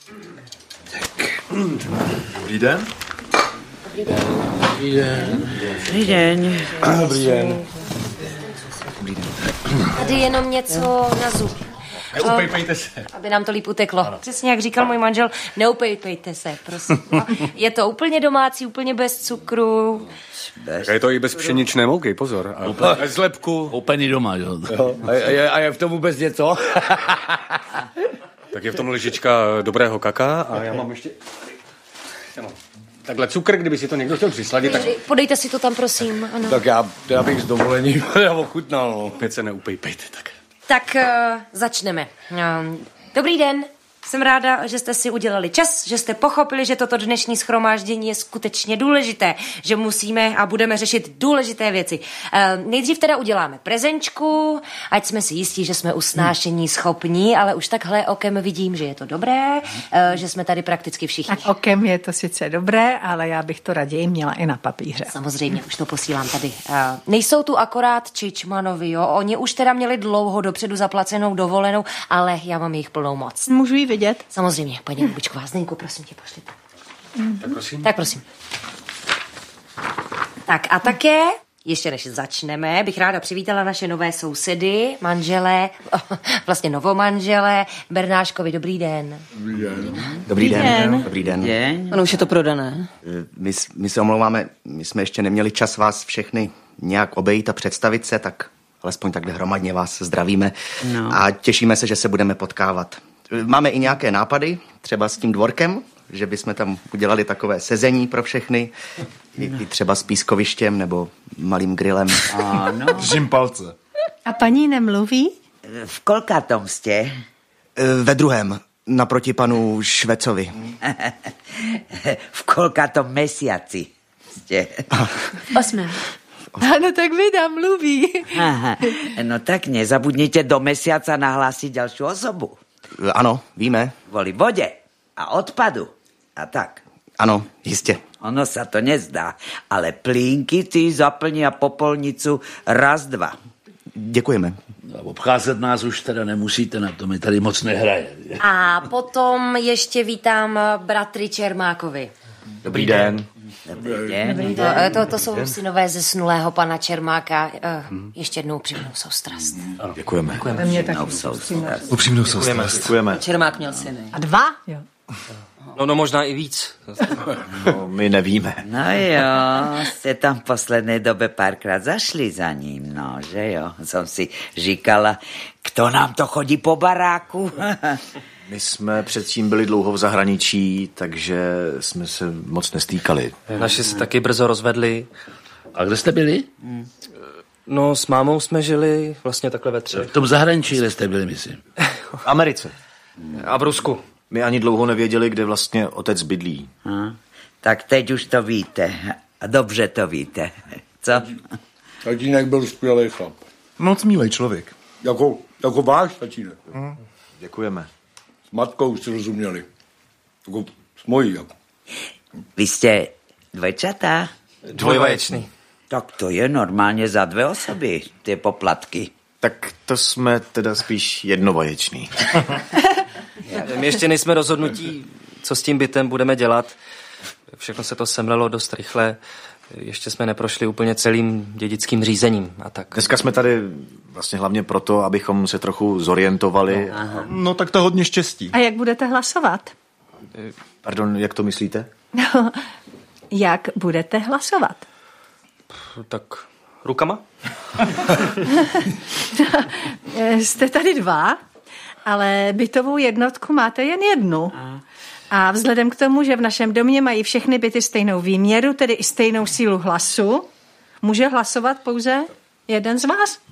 Dobrý den. Dobrý den. Dobrý den. Dobrý den. Dobrý den. Tady jenom něco na zub. Neupejpejte se. Aby nám to líp uteklo. Ano. Přesně jak říkal můj manžel, neupejpejte se, prosím. Je to úplně domácí, úplně bez cukru. Tak je to i bez pšeničné mouky, pozor. A bez lepku. Úplně doma, jo. A je v tom vůbec něco? Tak je v tom lžička dobrého kaká a já mám ještě... Takhle cukr, kdyby si to někdo chtěl přisladit, tak... Podejte si to tam, prosím. Ano. Tak já bych s dovolením ochutnal. No. Opět se neupejpejte, tak. Tak začneme. Dobrý den. Jsem ráda, že jste si udělali čas, že jste pochopili, že toto dnešní shromáždění je skutečně důležité, že musíme a budeme řešit důležité věci. Nejdřív teda uděláme prezenčku, ať jsme si jistí, že jsme usnášení schopní, ale už takhle okem vidím, že je to dobré, že jsme tady prakticky všichni. Tak okem je to sice dobré, ale já bych to raději měla i na papíře. Samozřejmě, už to posílám tady. Nejsou tu akorát Čičmanovi, jo? Oni už teda měli dlouho dopředu zaplacenou dovolenou, ale já mám jejich plnou moc. Můžu ji vidět? Samozřejmě, paní Lubičková, Zdeňku, prosím tě, pošlete. Tak prosím. Tak prosím. Tak a také, ještě než začneme, bych ráda přivítala naše nové sousedy, manžele, vlastně novomanžele, Bernáškovi, dobrý den. Dobrý den. Dobrý den. Dobrý den. Ano, už je to prodané. My se omlouváme, my jsme ještě neměli čas vás všechny nějak obejít a představit se, tak alespoň takhle hromadně vás zdravíme a těšíme se, že se budeme potkávat. Máme i nějaké nápady, třeba s tím dvorkem, že bychom tam udělali takové sezení pro všechny, i třeba s pískovištěm nebo malým grillem. Ano. Držím palce. A paní nemluví? V kolkátom jste? Ve druhém, naproti panu Švecovi. V kolkátom mesiaci jste? 8. Ano, tak vida mluví. Aha. No tak nezabudnite do mesiaca nahlásiť ďalšiu osobu. Ano, víme. Kvôli vode a odpadu. A tak. Ano, jistě. Ono sa to nezdá, ale plínky ty zaplnia popolnicu raz, dva. Děkujeme. Obcházet nás už teda nemusíte, na to mi tady moc nehraje. A potom ještě vítám bratry Čermákovi. Dobrý den. Dobrý den. To jsou synové zesnulého pana Čermáka. Ještě jednou upřímnou soustrast. Děkujeme. Mě taky Upřímnou soustrast. Děkujeme. Čermák měl syny. A 2? Jo. No možná i víc. No, my nevíme. No jo, ste tam v poslednej dobe párkrát zašli za ním, no, že jo? Som si říkala, kto nám to chodí po baráku? My jsme předtím byli dlouho v zahraničí, takže jsme se moc nestýkali. Naši se taky brzo rozvedli. A kde jste byli? No s mámou jsme žili vlastně takhle ve třech. V tom zahraničí, kde jste byli, myslím. V Americe. A v Rusku. My ani dlouho nevěděli, kde vlastně otec bydlí. Tak teď už to víte. A dobře to víte. Co? Tatínek byl skvělý chlap. Moc milý člověk. Jako váš tatínek. Děkujeme. S matkou si rozuměli. Jako s mojí. Jako. Vy jste dvojčatá? Dvojvaječný. Tak to je normálně za 2 osoby, ty poplatky. Tak to jsme teda spíš jednovaječný. My ještě nejsme rozhodnutí, co s tím bytem budeme dělat. Všechno se to semlelo dost rychle. Ještě jsme neprošli úplně celým dědickým řízením a tak. Dneska jsme tady vlastně hlavně proto, abychom se trochu zorientovali. No tak to hodně štěstí. A jak budete hlasovat? Pardon, jak to myslíte? No, jak budete hlasovat? Tak rukama? Jste tady 2, ale bytovou jednotku máte jen 1. A vzhledem k tomu, že v našem domě mají všechny byty stejnou výměru, tedy i stejnou sílu hlasu, může hlasovat pouze jeden z vás.